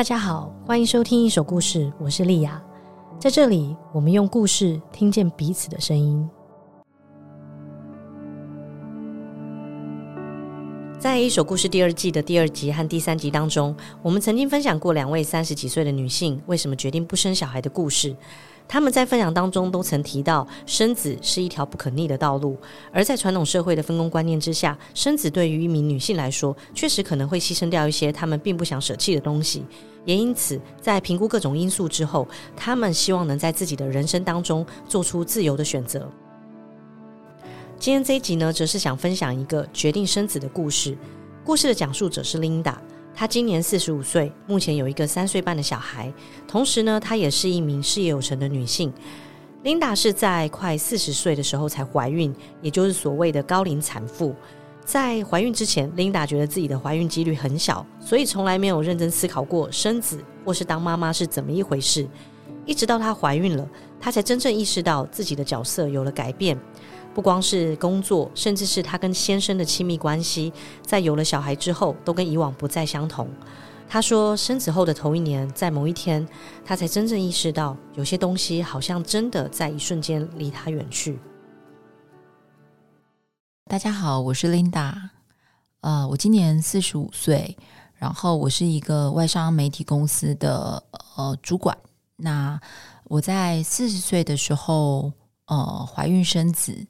大家好，欢迎收听一首故事，我是丽雅。在这里，我们用故事听见彼此的声音。在一首故事第二季的第二集和第三集当中，我们曾经分享过2位30几岁的女性为什么决定不生小孩的故事。他们在分享当中都曾提到，生子是一条不可逆的道路，而在传统社会的分工观念之下，生子对于一名女性来说，确实可能会牺牲掉一些她们并不想舍弃的东西。也因此，在评估各种因素之后，她们希望能在自己的人生当中做出自由的选择。今天这一集呢，则是想分享一个决定生子的故事。故事的讲述者是 Linda， 她今年45岁，目前有一个3岁半的小孩，同时呢，她也是一名事业有成的女性。Linda 是在快40岁的时候才怀孕，也就是所谓的高龄产妇。在怀孕之前， Linda 觉得自己的怀孕几率很小，所以从来没有认真思考过生子或是当妈妈是怎么一回事。一直到她怀孕了，她才真正意识到自己的角色有了改变，不光是工作，甚至是她跟先生的亲密关系，在有了小孩之后都跟以往不再相同。她说，生子后的头1年，在某一天，她才真正意识到有些东西好像真的在一瞬间离她远去。 大家好，我是 Linda，我今年45岁，然后我是一个外商媒体公司的主管。那我在40岁的时候怀孕生子。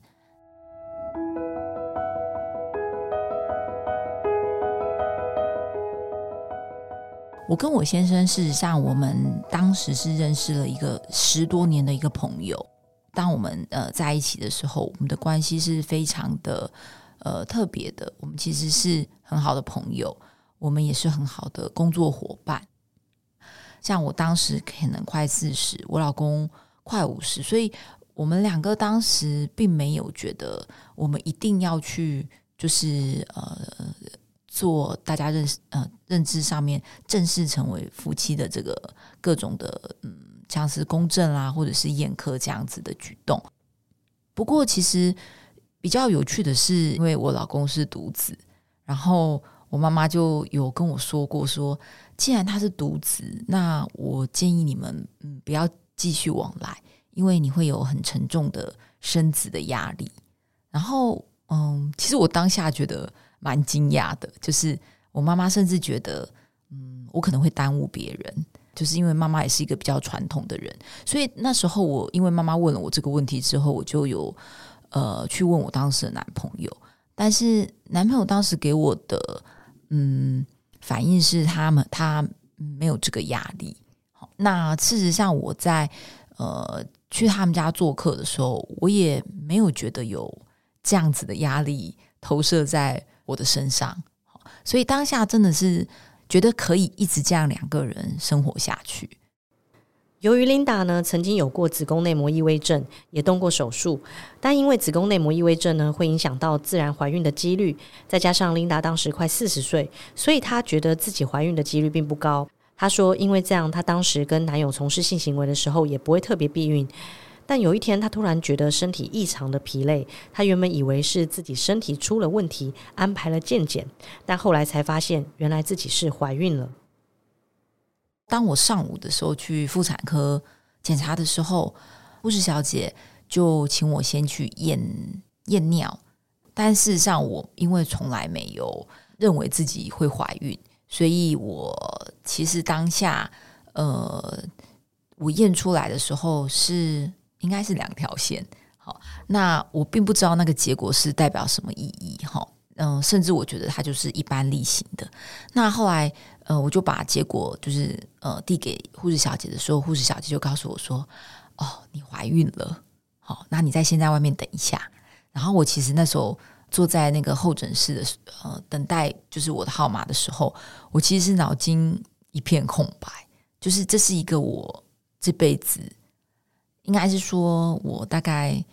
我跟我先生事实上我们当时是认识了一个10多年的一个朋友。当我们在一起的时候，我们的关系是非常的特别的。我们其实是很好的朋友，我们也是很好的工作伙伴。像我当时可能快40，我老公快50，所以我们2个当时并没有觉得我们一定要去就是做大家认知上面正式成为夫妻的这个各种的像是公证啦，或者是宴客这样子的举动。不过其实比较有趣的是，因为我老公是独子，然后我妈妈就有跟我说过说，既然他是独子，那我建议你们不要继续往来，因为你会有很沉重的生子的压力。然后其实我当下觉得蛮惊讶的，就是我妈妈甚至觉得我可能会耽误别人，就是因为妈妈也是一个比较传统的人。所以那时候我因为妈妈问了我这个问题之后，我就有去问我当时的男朋友。但是男朋友当时给我的反应是他没有这个压力。那事实上我在去他们家做客的时候，我也没有觉得有这样子的压力投射在我的身上。所以当下真的是觉得可以一直这样2个人生活下去。 由于 Linda 呢曾经有过子宫内膜异位症，也动过手术，但因为子宫内膜异位症呢会影响到自然怀孕的几率，再加上 Linda 当时快40岁，所以她觉得自己怀孕的几率并不高。她说因为这样，她当时跟男友从事性行为的时候也不会特别避孕。但有一天她突然觉得身体异常的疲累，她原本以为是自己身体出了问题，安排了健检，但后来才发现原来自己是怀孕了。 当我上午的时候去妇产科检查的时候，护士小姐就请我先去验尿。但事实上我因为从来没有认为自己会怀孕，所以我其实当下我验出来的时候应该是2条线。好，那我并不知道那个结果是代表什么意义。甚至我觉得它就是一般例行的。那后来我就把结果就是递给护士小姐的时候，护士小姐就告诉我说，你怀孕了，好，那你先在外面等一下。然后我其实那时候坐在那个候诊室的等待就是我的号码的时候，我其实是脑筋一片空白。就是这是一个我这辈子应该是说我大概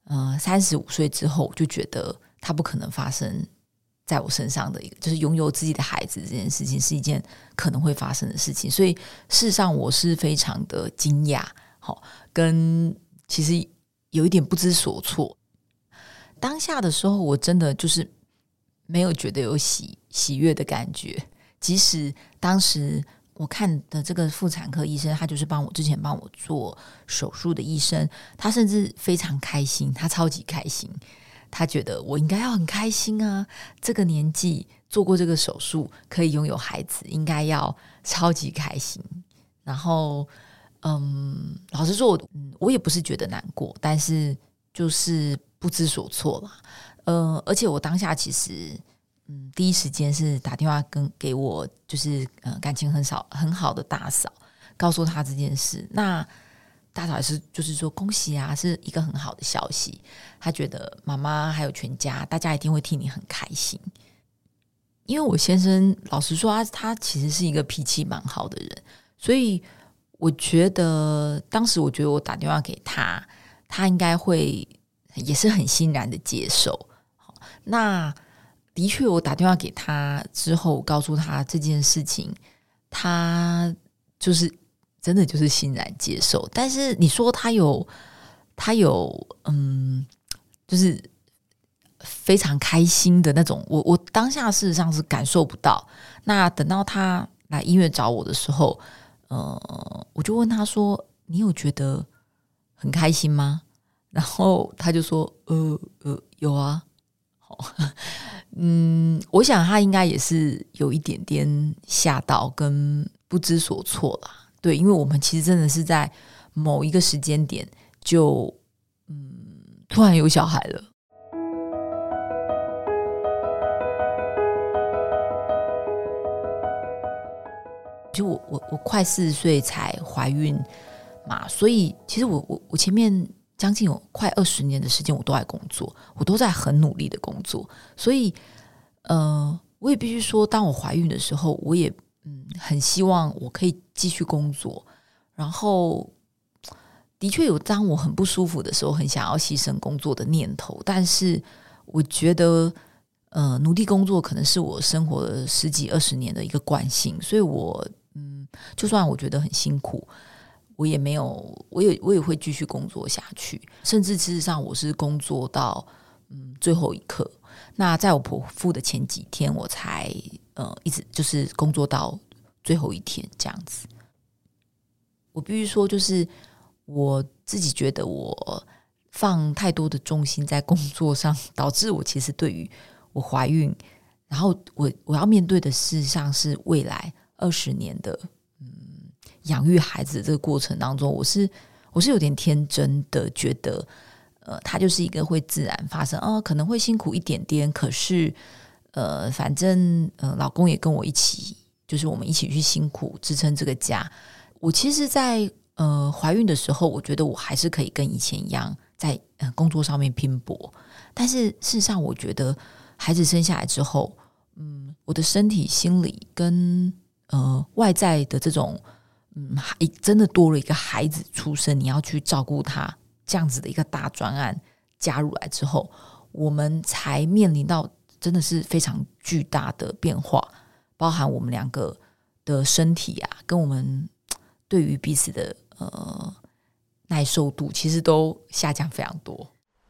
35岁之后，我就觉得它不可能发生在我身上的一个，就是拥有自己的孩子这件事情是一件可能会发生的事情。所以事实上我是非常的惊讶，跟其实有一点不知所措。当下的时候我真的就是没有觉得有喜悦的感觉，即使当时我看的这个妇产科医生，他就是之前帮我做手术的医生，他甚至非常开心，他超级开心，他觉得我应该要很开心啊，这个年纪做过这个手术可以拥有孩子，应该要超级开心。然后老实说我也不是觉得难过，但是就是不知所措啦。而且我当下其实第一时间是打电话给我就是感情很好的大嫂，告诉她这件事。那大嫂也是就是说恭喜啊，是一个很好的消息，她觉得妈妈还有全家大家一定会替你很开心。因为我先生老实说他其实是一个脾气蛮好的人，所以我觉得当时我觉得我打电话给他，他应该会也是很欣然的接受。那的确我打電話給他之後告訴他這件事情，他就是真的就是欣然接受。但是你說他有就是非常開心的那種，我當下事實上是感受不到。那等到他來醫院找我的時候，我就問他說你有覺得很開心嗎？然後他就說有啊。我想他应该也是有一点点吓到跟不知所措啦。对，因为我们其实真的是在某一个时间点就突然有小孩了。就我快40岁才怀孕嘛，所以其实我前面将近有快20年的时间我都在工作，我都在很努力的工作，所以我也必须说当我怀孕的时候我也很希望我可以继续工作，然后的确有当我很不舒服的时候很想要牺牲工作的念头，但是我觉得努力工作可能是我生活了10几20年的一个惯性，所以我就算我觉得很辛苦，我也会继续工作下去，甚至事实上我是工作到最后一刻。那在我剖腹的前几天我才一直就是工作到最后一天这样子。我必须说就是我自己觉得我放太多的重心在工作上，导致我其实对于我怀孕然后我要面对的事实上是未来20年的养育孩子的这个过程当中，我是有点天真的觉得它就是一个会自然发生可能会辛苦一点点，可是反正老公也跟我一起，就是我们一起去辛苦支撑这个家。我其实在怀孕的时候我觉得我还是可以跟以前一样在工作上面拼搏，但是事实上我觉得孩子生下来之后我的身体心理跟外在的这种真的多了一个孩子出生，你要去照顾他这样子的一个大专案加入来之后，我们才面临到真的是非常巨大的变化，包含我们两个的身体跟我们对于彼此的耐受度其实都下降非常多。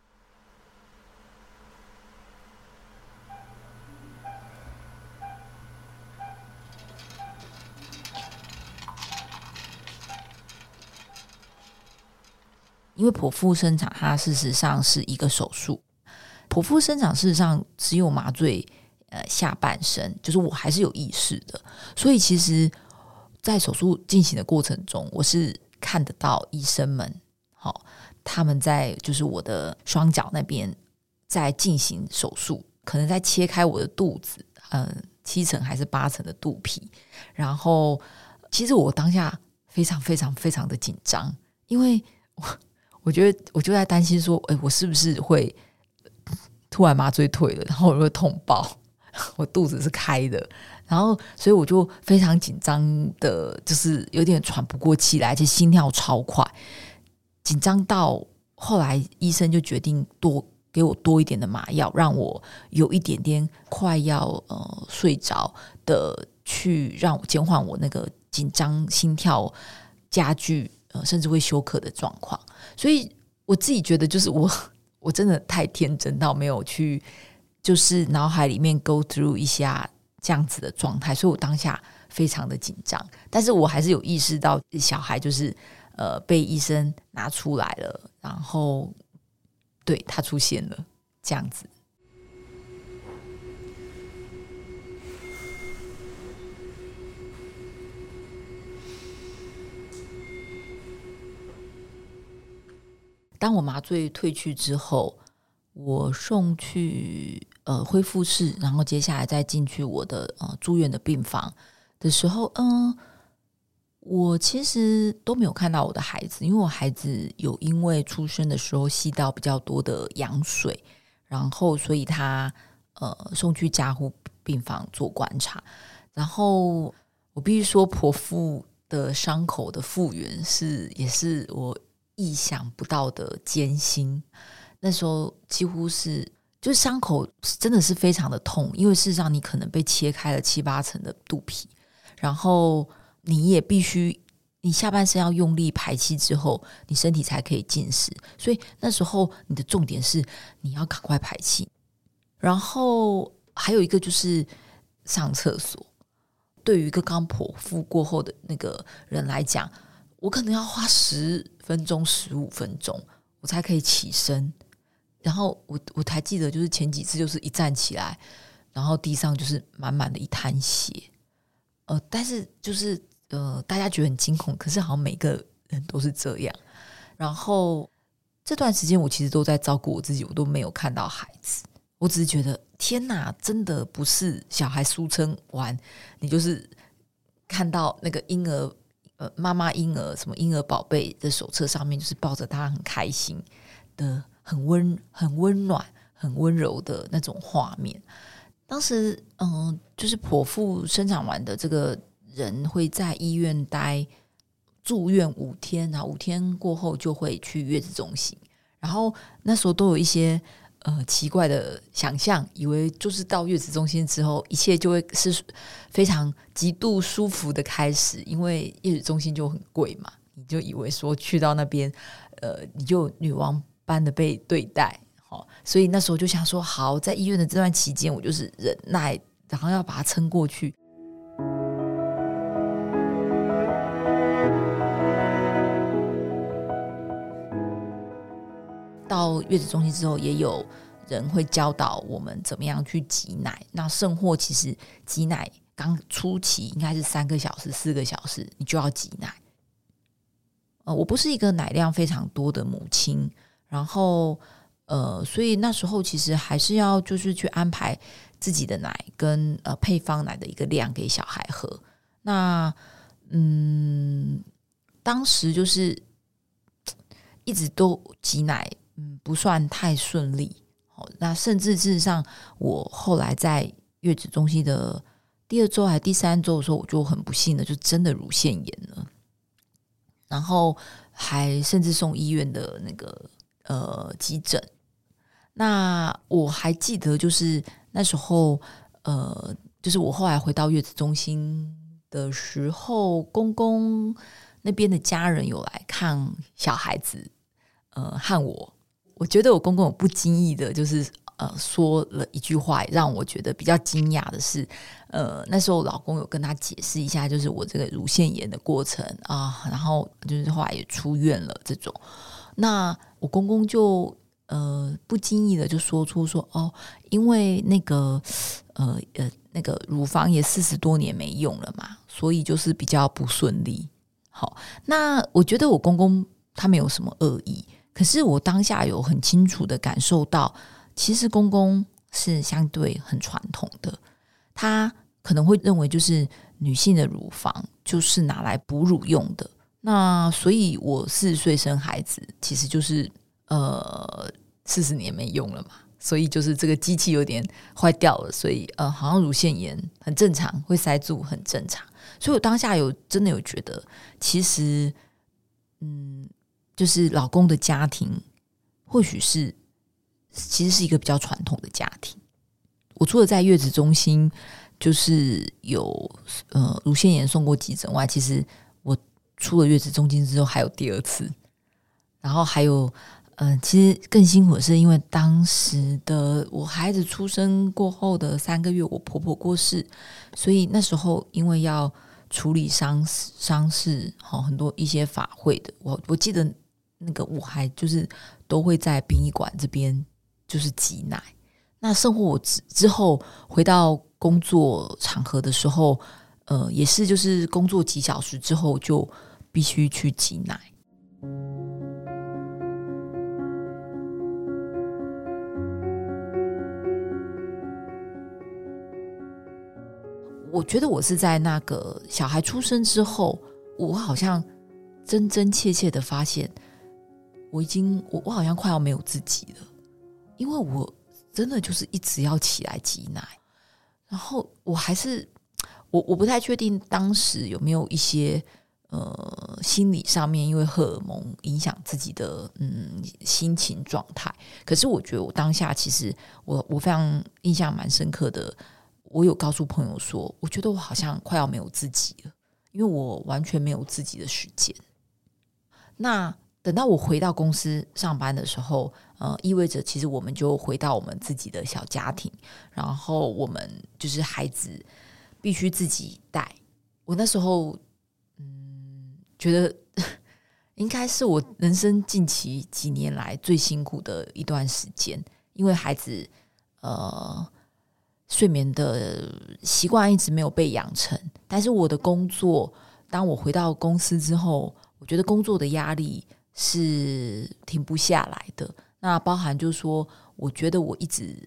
因为剖腹生产它事实上是一个手术，剖腹生产事实上只有麻醉下半身，就是我还是有意识的，所以其实在手术进行的过程中我是看得到医生们他们在就是我的双脚那边在进行手术，可能在切开我的肚子7层还是8层的肚皮，然后其实我当下非常非常非常的紧张，因为我觉得我就在担心说我是不是会突然麻醉退了，然后我会痛爆，我肚子是开的，然后所以我就非常紧张的就是有点喘不过气来，而且心跳超快，紧张到后来医生就决定给我多一点的麻药，让我有一点点快要睡着的去让我减缓我那个紧张心跳加剧甚至会休克的状况。所以我自己觉得就是我真的太天真到没有去就是脑海里面 go through 一下这样子的状态，所以我当下非常的紧张，但是我还是有意识到小孩就是被医生拿出来了，然后对他出现了这样子。当我麻醉退去之后，我送去恢复室，然后接下来再进去我的住院的病房的时候，我其实都没有看到我的孩子，因为我孩子有因为出生的时候吸到比较多的羊水，然后所以他送去加护病房做观察。然后我必须说，剖腹的伤口的复原也是我意想不到的艰辛。那时候几乎是就是伤口真的是非常的痛，因为事实上你可能被切开了7-8层的肚皮，然后你也必须你下半身要用力排气之后，你身体才可以进食，所以那时候你的重点是你要赶快排气。然后还有一个就是上厕所，对于一个刚剖腹过后的那个人来讲，我可能要花10分钟15分钟我才可以起身。然后我还记得就是前几次就是一站起来，然后地上就是满满的一滩血，但是就是大家觉得很惊恐，可是好像每个人都是这样。然后这段时间我其实都在照顾我自己，我都没有看到孩子，我只是觉得天哪，真的不是小孩出生完你就是看到那个婴儿妈妈婴儿什么婴儿宝贝的手册上面就是抱着他很开心的很温暖很温柔的那种画面。当时就是剖腹生产完的这个人会在医院住院5天，然后5天过后就会去月子中心。然后那时候都有一些奇怪的想象，以为就是到月子中心之后一切就会是非常极度舒服的开始，因为月子中心就很贵嘛，你就以为说去到那边你就女王般的被对待，所以那时候就想说好，在医院的这段期间我就是忍耐，然后要把它撑过去。到月子中心之后也有人会教导我们怎么样去挤奶，那甚或其实挤奶刚初期应该是3个小时4个小时你就要挤奶。我不是一个奶量非常多的母亲，然后所以那时候其实还是要就是去安排自己的奶跟配方奶的一个量给小孩喝。那当时就是一直都挤奶不算太顺利，那甚至事实上我后来在月子中心的第2周还第3周的时候，我就很不幸的就真的乳腺炎了，然后还甚至送医院的那个急诊。那我还记得就是那时候就是我后来回到月子中心的时候，公公那边的家人有来看小孩子和我觉得我公公有不经意的就是说了一句话让我觉得比较惊讶的是那时候老公有跟他解释一下就是我这个乳腺炎的过程啊，然后就是后来也出院了这种。那我公公就不经意的就说出说因为那个乳房也40多年没用了嘛，所以就是比较不顺利。好，那我觉得我公公他没有什么恶意，可是我当下有很清楚的感受到其实公公是相对很传统的，他可能会认为就是女性的乳房就是拿来哺乳用的，那所以我40岁生孩子其实就是40年没用了嘛，所以就是这个机器有点坏掉了，所以好像乳腺炎很正常，会塞住很正常。所以我当下真的有觉得其实就是老公的家庭或许其实是一个比较传统的家庭。我除了在月子中心就是有乳腺炎送过急诊外，其实我出了月子中心之后还有第2次，然后还有其实更辛苦的是因为当时的我孩子出生过后的3个月我婆婆过世，所以那时候因为要处理丧事很多一些法会的，我记得那个我还就是都会在殡仪馆这边就是挤奶。那生活我之后回到工作场合的时候，也是就是工作几小时之后就必须去挤奶。我觉得我是在那个小孩出生之后，我好像真真切切的发现我好像快要没有自己了，因为我真的就是一直要起来挤奶，然后我还是我不太确定当时有没有一些心理上面因为荷尔蒙影响自己的心情状态。可是我觉得我当下其实我非常印象蛮深刻的，我有告诉朋友说我觉得我好像快要没有自己了，因为我完全没有自己的时间。那等到我回到公司上班的时候，意味着其实我们就回到我们自己的小家庭，然后我们就是孩子必须自己带。我那时候觉得应该是我人生近期几年来最辛苦的一段时间，因为孩子睡眠的习惯一直没有被养成，但是我的工作，当我回到公司之后，我觉得工作的压力是停不下来的。那包含就是说，我觉得我一直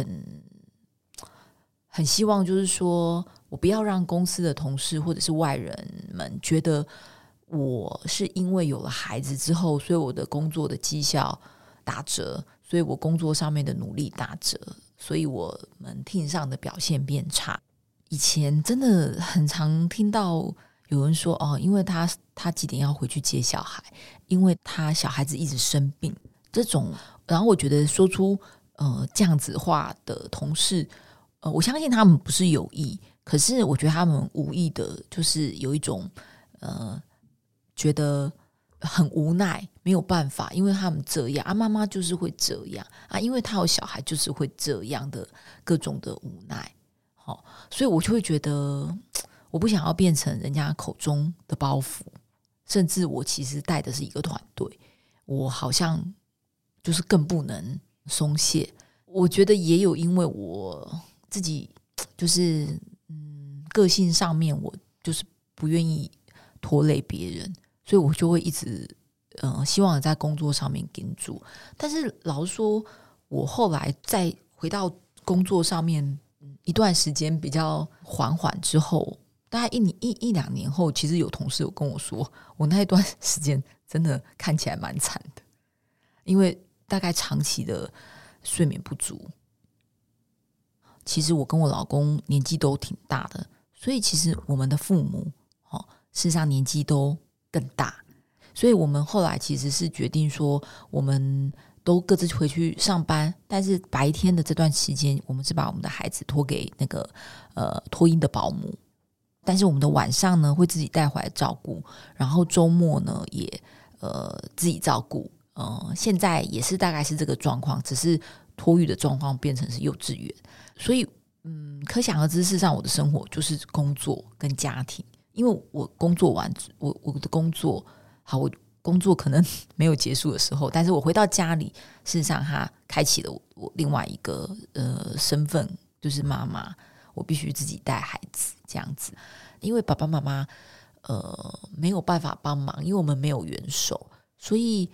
很希望就是说我不要让公司的同事或者是外人们觉得我是因为有了孩子之后，所以我的工作的绩效打折，所以我工作上面的努力打折，所以我们 team 上的表现变差。以前真的很常听到有人说因为他几点要回去接小孩，因为他小孩子一直生病这种。然后我觉得说出这样子话的同事，我相信他们不是有意，可是我觉得他们无意的就是有一种觉得很无奈，没有办法，因为他们这样妈妈就是会这样因为他有小孩就是会这样的各种的无奈所以我就会觉得我不想要变成人家口中的包袱，甚至我其实带的是一个团队，我好像就是更不能松懈。我觉得也有因为我自己就是个性上面我就是不愿意拖累别人，所以我就会一直希望在工作上面盯住。但是老实说，我后来再回到工作上面一段时间比较缓缓之后，大概一两年后，其实有同事有跟我说，我那一段时间真的看起来蛮惨的，因为大概长期的睡眠不足。其实我跟我老公年纪都挺大的，所以其实我们的父母事实上年纪都更大，所以我们后来其实是决定说我们都各自回去上班，但是白天的这段时间我们是把我们的孩子托给那个托婴的保姆，但是我们的晚上呢会自己带回来照顾，然后周末呢也自己照顾。现在也是大概是这个状况，只是托育的状况变成是幼稚园，所以可想而知，事实上我的生活就是工作跟家庭。因为我工作完，我的工作好，我工作可能没有结束的时候，但是我回到家里，事实上它开启了我另外一个身份，就是妈妈，我必须自己带孩子这样子。因为爸爸妈妈没有办法帮忙，因为我们没有援手，所以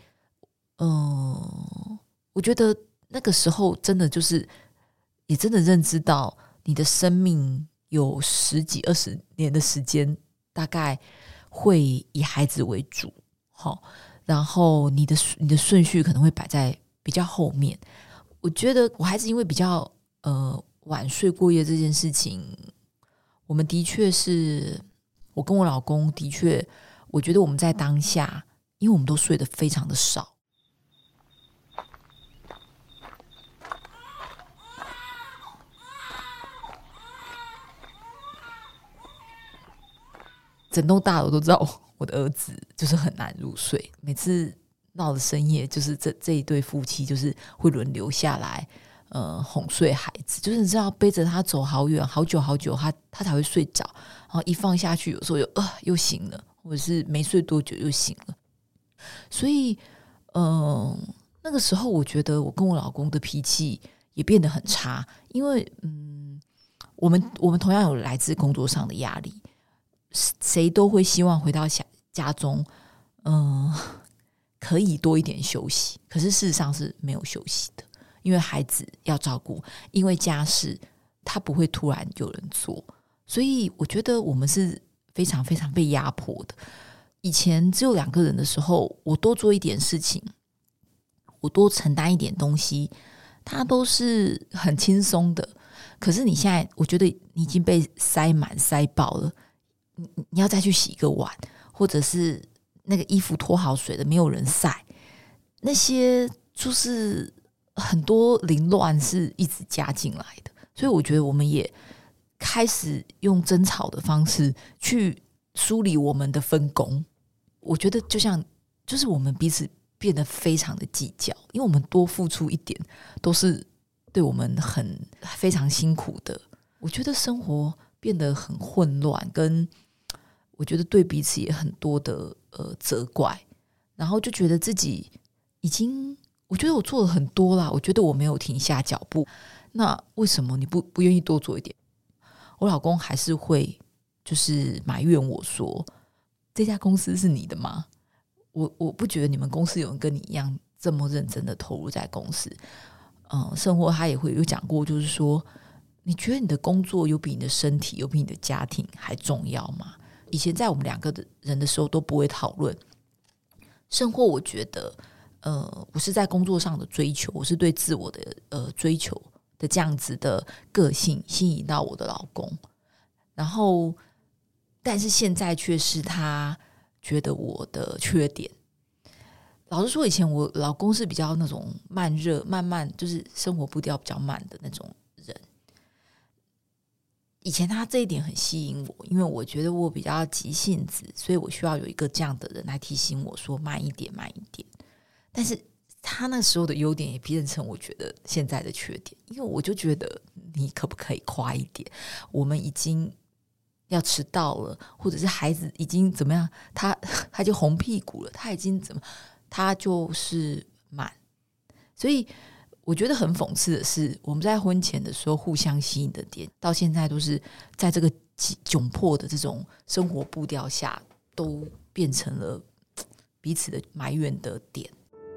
我觉得那个时候真的就是也真的认知到你的生命有10几20年的时间大概会以孩子为主然后你的顺序可能会摆在比较后面。我觉得我孩子因为比较晚睡过夜这件事情，我们的确是我跟我老公的确我觉得我们在当下因为我们都睡得非常的少，整栋大楼都知道我的儿子就是很难入睡，每次到了深夜，就是这一对夫妻就是会轮流下来哄睡孩子，就是你知道背着他走好远好久好久，他才会睡着，然后一放下去有时候又醒了，或者是没睡多久又醒了。所以那个时候我觉得我跟我老公的脾气也变得很差，因为我们同样有来自工作上的压力，谁都会希望回到家中可以多一点休息，可是事实上是没有休息的，因为孩子要照顾，因为家事他不会突然有人做，所以我觉得我们是非常非常被压迫的。以前只有2个人的时候，我多做一点事情，我多承担一点东西，它都是很轻松的。可是你现在我觉得你已经被塞满塞爆了，你要再去洗一个碗，或者是那个衣服脱好水的没有人晒，那些就是很多凌乱是一直加进来的。所以我觉得我们也开始用争吵的方式去梳理我们的分工。我觉得就是我们彼此变得非常的计较，因为我们多付出一点都是对我们非常辛苦的。我觉得生活变得很混乱，跟我觉得对彼此也很多的责怪，然后就觉得自己我觉得我做了很多啦，我觉得我没有停下脚步，那为什么你不愿意多做一点？我老公还是会就是埋怨我说，这家公司是你的吗？我不觉得你们公司有人跟你一样这么认真的投入在公司。甚或他也会有讲过，就是说你觉得你的工作有比你的身体有比你的家庭还重要吗？以前在我们2个人的时候都不会讨论。甚或我觉得我是在工作上的追求，我是对自我的追求的这样子的个性吸引到我的老公，然后但是现在却是他觉得我的缺点。老实说，以前我老公是比较那种慢热慢慢，就是生活步调比较慢的那种人。以前他这一点很吸引我，因为我觉得我比较急性子，所以我需要有一个这样的人来提醒我说慢一点慢一点。但是他那时候的优点也变成我觉得现在的缺点，因为我就觉得你可不可以快一点，我们已经要迟到了，或者是孩子已经怎么样，他就红屁股了，他已经怎么，他就是慢。所以我觉得很讽刺的是，我们在婚前的时候互相吸引的点，到现在都是在这个窘迫的这种生活步调下，都变成了彼此的埋怨的点。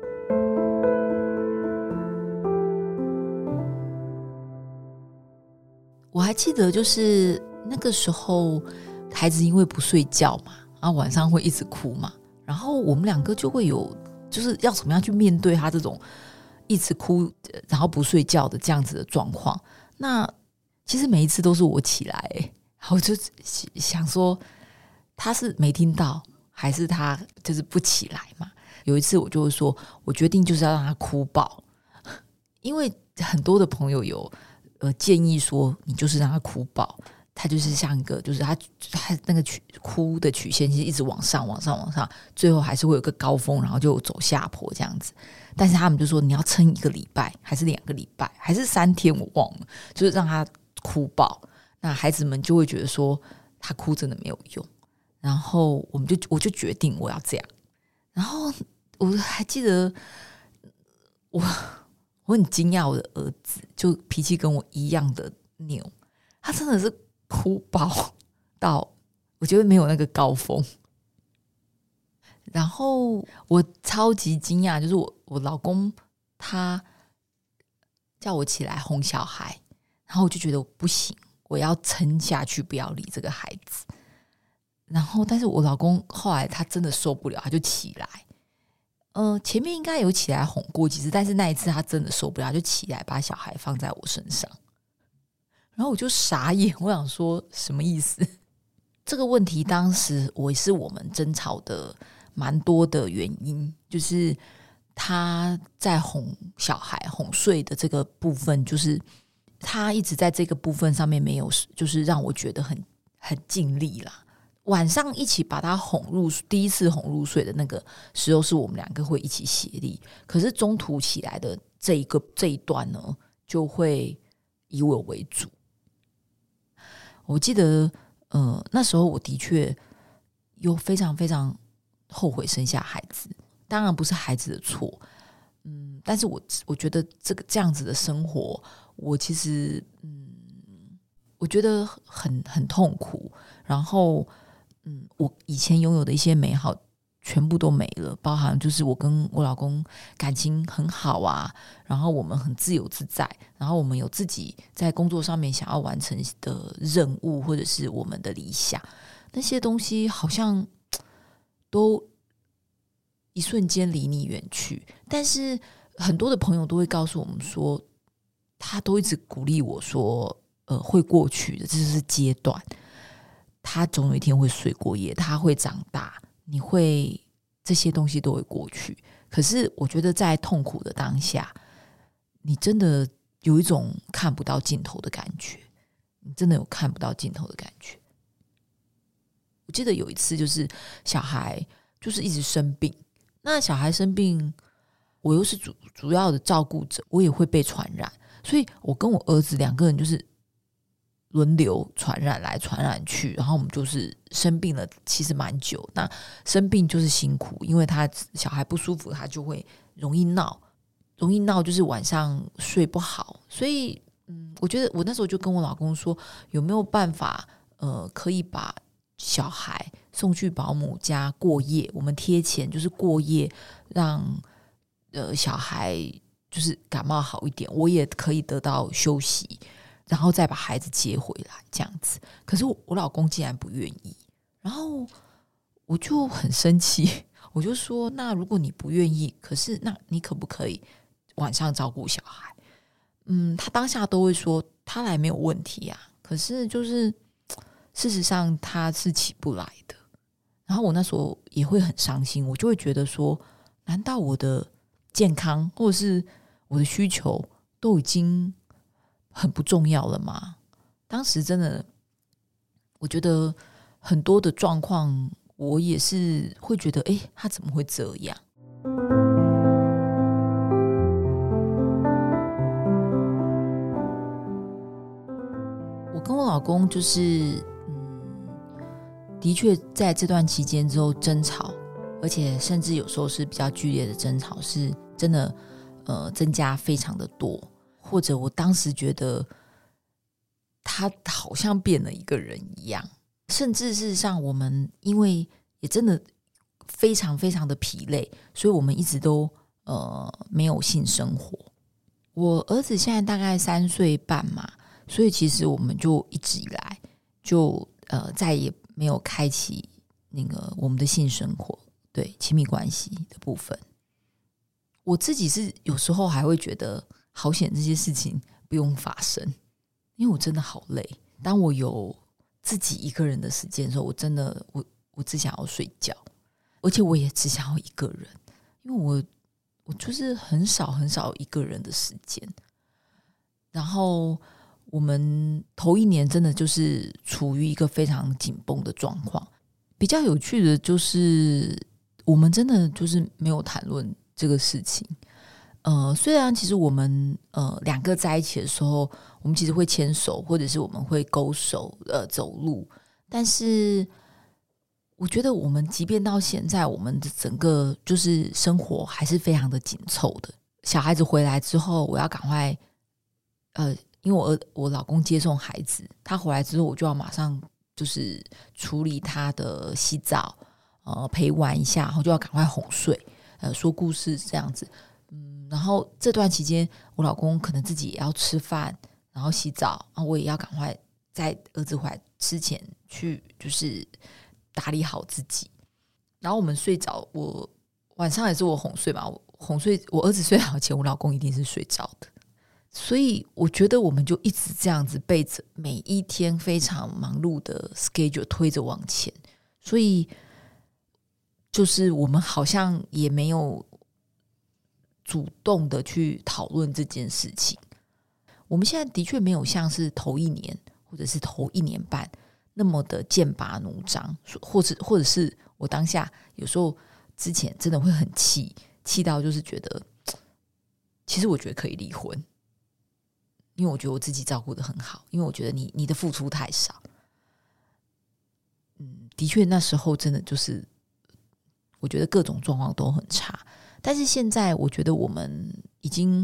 我还记得就是那个时候孩子因为不睡觉嘛，然后晚上会一直哭嘛，然后我们2个就会有就是要怎么样去面对他这种一直哭然后不睡觉的这样子的状况。那其实每一次都是我起来然后就想说他是没听到还是他就是不起来嘛。有一次我就说我决定就是要让他哭爆，因为很多的朋友有建议说你就是让他哭爆，他就是像一个就是他那个哭的曲线其实一直往上往上往上，最后还是会有个高峰，然后就走下坡这样子。但是他们就说你要撑1个礼拜还是2个礼拜还是3天我忘了，就是让他哭爆，那孩子们就会觉得说他哭真的没有用，然后我就决定我要这样。然后我还记得我很惊讶，我的儿子就脾气跟我一样的拗，他真的是哭爆到我觉得没有那个高峰。然后我超级惊讶，就是我老公他叫我起来哄小孩，然后我就觉得我不行，我要撑下去，不要理这个孩子。然后但是我老公后来他真的受不了，他就起来前面应该有起来哄过几次，但是那一次他真的受不了，他就起来把小孩放在我身上。然后我就傻眼，我想说什么意思？这个问题当时是我们争吵的蛮多的原因，就是他在哄小孩哄睡的这个部分，就是他一直在这个部分上面没有就是让我觉得很尽力啦。 晚上一起把他第一次哄入睡的那个时候，是我们两个会一起协力。可是中途起来的这一段呢，就会以我为主。我记得，那时候我的确有非常非常后悔生下孩子，当然不是孩子的错，但是我觉得这样子的生活，我其实我觉得很痛苦，然后我以前拥有的一些美好全部都没了，包含就是我跟我老公感情很好啊，然后我们很自由自在，然后我们有自己在工作上面想要完成的任务或者是我们的理想，那些东西好像都一瞬间离你远去。但是很多的朋友都会告诉我们说，他都一直鼓励我说会过去的，这是阶段，他总有一天会睡过夜，他会长大，这些东西都会过去。可是我觉得在痛苦的当下，你真的有一种看不到尽头的感觉，你真的有看不到尽头的感觉。我记得有一次就是小孩就是一直生病，那小孩生病，我又是主要的照顾者，我也会被传染，所以我跟我儿子两个人就是轮流传染来传染去，然后我们就是生病了其实蛮久。那生病就是辛苦，因为他小孩不舒服，他就会容易闹就是晚上睡不好。所以我觉得我那时候就跟我老公说，有没有办法可以把小孩送去保姆家过夜，我们贴钱就是过夜，让小孩就是感冒好一点，我也可以得到休息，然后再把孩子接回来这样子。可是我老公竟然不愿意，然后我就很生气，我就说那如果你不愿意，可是那你可不可以晚上照顾小孩？他当下都会说他来没有问题啊，可是就是事实上他是起不来的。然后我那时候也会很伤心，我就会觉得说，难道我的健康或者是我的需求都已经很不重要了吗？当时真的我觉得很多的状况，我也是会觉得他怎么会这样。我跟我老公就是的确在这段期间之后争吵，而且甚至有时候是比较剧烈的争吵，是真的增加非常的多。或者我当时觉得他好像变了一个人一样，甚至事实上我们因为也真的非常非常的疲累，所以我们一直都没有性生活。我儿子现在大概3岁半嘛，所以其实我们就一直以来就再也没有开启那个我们的性生活，对亲密关系的部分。我自己是有时候还会觉得好险这些事情不用发生，因为我真的好累。当我有自己一个人的时间的时候，我真的我只想要睡觉，而且我也只想要一个人，因为我就是很少很少一个人的时间。然后我们头1年真的就是处于一个非常紧绷的状况。比较有趣的就是我们真的就是没有谈论这个事情。虽然其实我们2个在一起的时候，我们其实会牵手，或者是我们会勾手走路，但是我觉得我们即便到现在，我们的整个就是生活还是非常的紧凑的。小孩子回来之后，我要赶快因为我老公接送孩子，他回来之后我就要马上就是处理他的洗澡，陪玩一下，然后就要赶快哄睡，说故事这样子。然后这段期间我老公可能自己也要吃饭，然后洗澡，然后我也要赶快在儿子回来之前去就是打理好自己。然后我们睡着，我晚上也是我哄睡嘛，我儿子睡好前，我老公一定是睡着的。所以我觉得我们就一直这样子被着每一天非常忙碌的 schedule 推着往前，所以就是我们好像也没有主动的去讨论这件事情。我们现在的确没有像是头1年或者是头1年半那么的剑拔弩张，或者是我当下有时候之前真的会很气到就是觉得，其实我觉得可以离婚，因为我觉得我自己照顾得很好，因为我觉得你的付出太少。的确那时候真的就是我觉得各种状况都很差，但是现在我觉得我们已经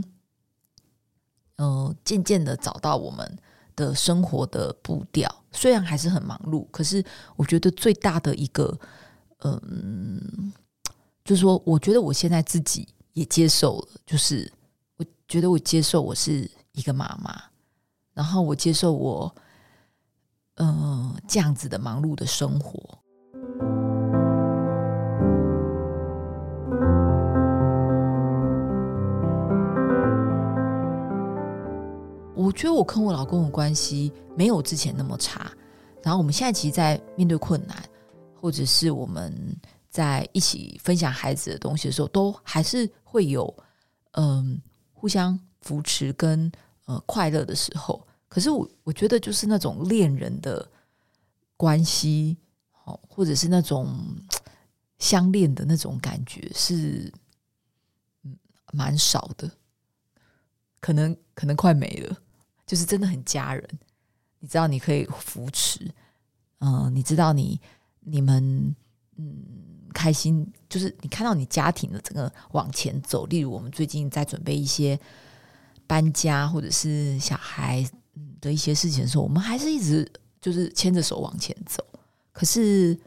渐渐的找到我们的生活的步调，虽然还是很忙碌，可是我觉得最大的一个就是说我觉得我现在自己也接受了，就是我觉得我接受我是一个妈妈，然后我接受我这样子的忙碌的生活。我觉得我跟我老公的关系没有之前那么差，然后我们现在其实在面对困难，或者是我们在一起分享孩子的东西的时候，都还是会有互相扶持跟快乐的时候。可是我觉得就是那种恋人的关系，或者是那种相恋的那种感觉是蛮少的，可能快没了。就是真的很家人，你知道你可以扶持，你知道你们开心，就是你看到你家庭的整个往前走。例如我们最近在准备一些搬家或者是小孩的一些事情的时候，我们还是一直就是牵着手往前走。可是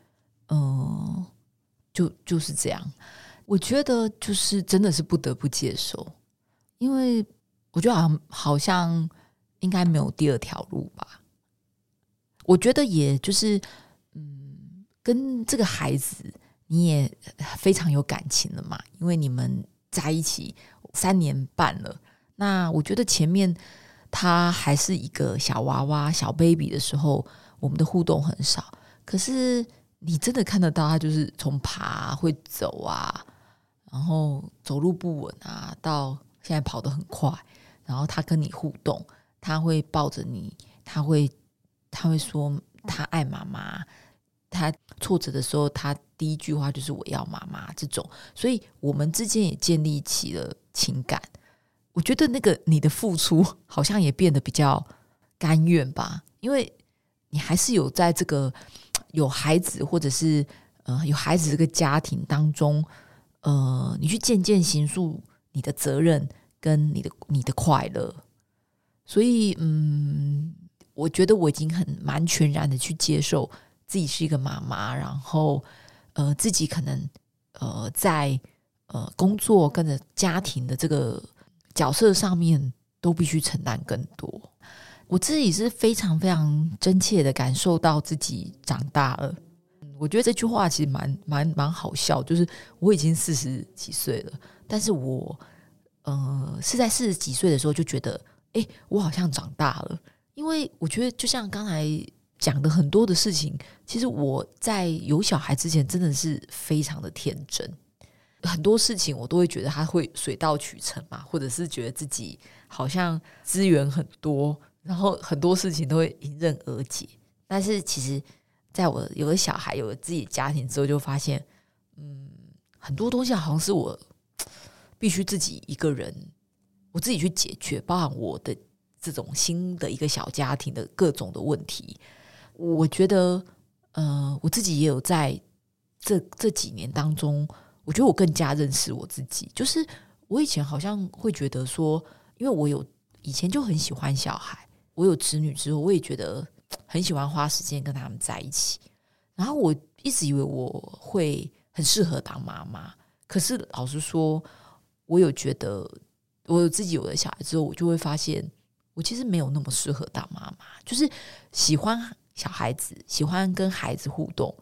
就是这样，我觉得就是真的是不得不接受，因为我觉得好像应该没有第二条路吧。我觉得也就是跟这个孩子你也非常有感情了嘛，因为你们在一起3年半了。那我觉得前面他还是一个小娃娃小 baby 的时候，我们的互动很少，可是你真的看得到他就是从爬会走啊，然后走路不稳啊，到现在跑得很快，然后他跟你互动，他会抱着你，他会说他爱妈妈，他挫折的时候他第一句话就是我要妈妈这种。所以我们之间也建立起了情感。我觉得那个你的付出好像也变得比较甘愿吧，因为你还是有在这个有孩子或者是有孩子这个家庭当中，你去渐渐形塑你的责任跟你的快乐。所以我觉得我已经蛮全然的去接受自己是一个妈妈，然后自己可能在工作跟着家庭的这个角色上面都必须承担更多。我自己是非常非常真切的感受到自己长大了。我觉得这句话其实蛮好笑，就是我已经40几岁了，但是我是在40几岁的时候就觉得我好像长大了。因为我觉得就像刚才讲的很多的事情，其实我在有小孩之前真的是非常的天真，很多事情我都会觉得他会水到渠成嘛，或者是觉得自己好像资源很多，然后很多事情都会迎刃而解。但是其实在我有了小孩有了自己的家庭之后，就发现很多东西好像是我必须自己一个人我自己去解决，包含我的这种新的一个小家庭的各种的问题。我觉得我自己也有在这几年当中，我觉得我更加认识我自己。就是我以前好像会觉得说，因为我以前就很喜欢小孩，我有子女之后我也觉得很喜欢花时间跟他们在一起，然后我一直以为我会很适合当妈妈。可是老实说，我有觉得我有自己有了小孩之后，我就会发现我其实没有那么适合当妈妈。就是喜欢小孩子，喜欢跟孩子互动，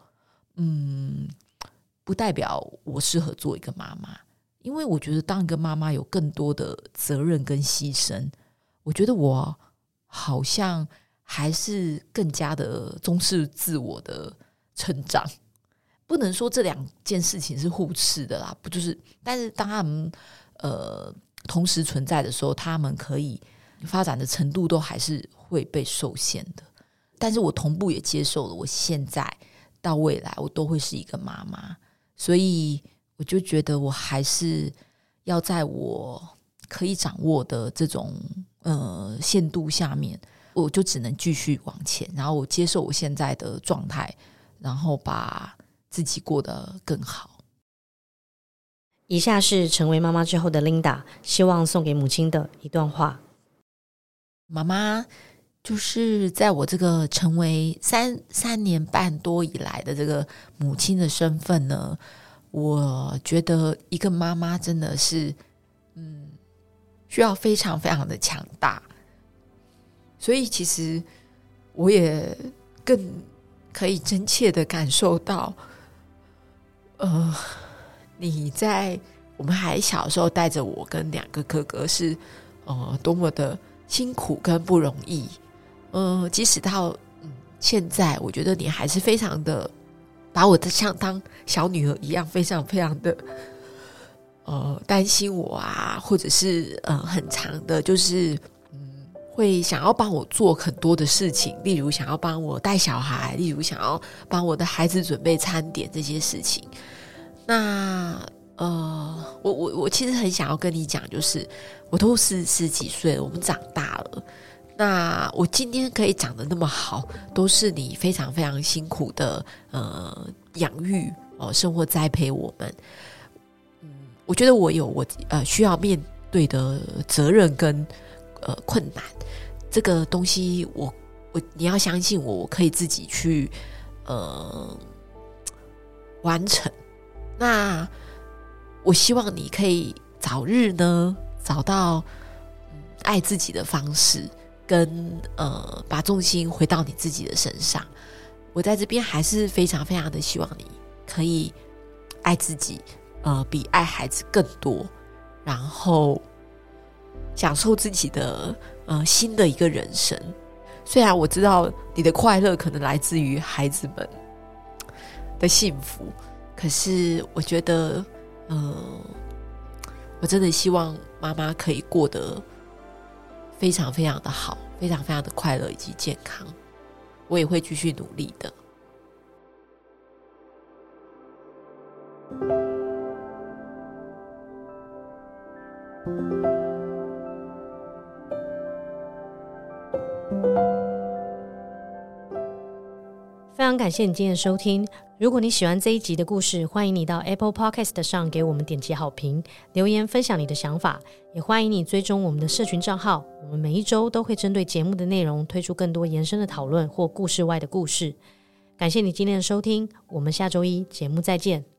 不代表我适合做一个妈妈。因为我觉得当一个妈妈有更多的责任跟牺牲，我觉得我好像还是更加的重视自我的成长。不能说这2件事情是互斥的啦，不就是？但是当他们同时存在的时候，他们可以发展的程度都还是会被受限的。 但是我同步也接受了我现在到未来我都会是一个妈妈，所以我就觉得我还是要在我可以掌握的这种限度下面，我就只能继续往前，然后我接受我现在的状态，然后把自己过得更好。 以下是成为妈妈之后的 Linda 希望送给母亲的一段话。 妈妈就是在我这个成为3年半多以来的这个母亲的身份呢，我觉得一个妈妈真的是需要非常非常的强大，所以其实我也更可以真切的感受到你在我们还小的时候带着我跟2个哥哥是多么的辛苦跟不容易。即使到现在，我觉得你还是非常的把我的像当小女儿一样，非常非常的担心我啊，或者是很常的就是会想要帮我做很多的事情，例如想要帮我带小孩，例如想要帮我的孩子准备餐点这些事情。那我其实很想要跟你讲，就是我都40几岁了，我们长大了，那我今天可以长得那么好，都是你非常非常辛苦的养育生活栽培我们。我觉得我有我需要面对的责任跟困难，这个东西你要相信我可以自己去完成。那我希望你可以早日呢找到爱自己的方式，跟把重心回到你自己的身上。我在这边还是非常非常的希望你可以爱自己，比爱孩子更多，然后享受自己的新的一个人生。虽然我知道你的快乐可能来自于孩子们的幸福，可是我觉得我真的希望妈妈可以过得非常非常的好，非常非常的快乐以及健康。我也会继续努力的。 非常感谢你今天的收听。如果你喜欢这一集的故事，欢迎你到 Apple Podcast 上给我们点击好评，留言分享你的想法，也欢迎你追踪我们的社群账号。我们每一周都会针对节目的内容推出更多延伸的讨论或故事外的故事。感谢你今天的收听，我们下周一节目再见。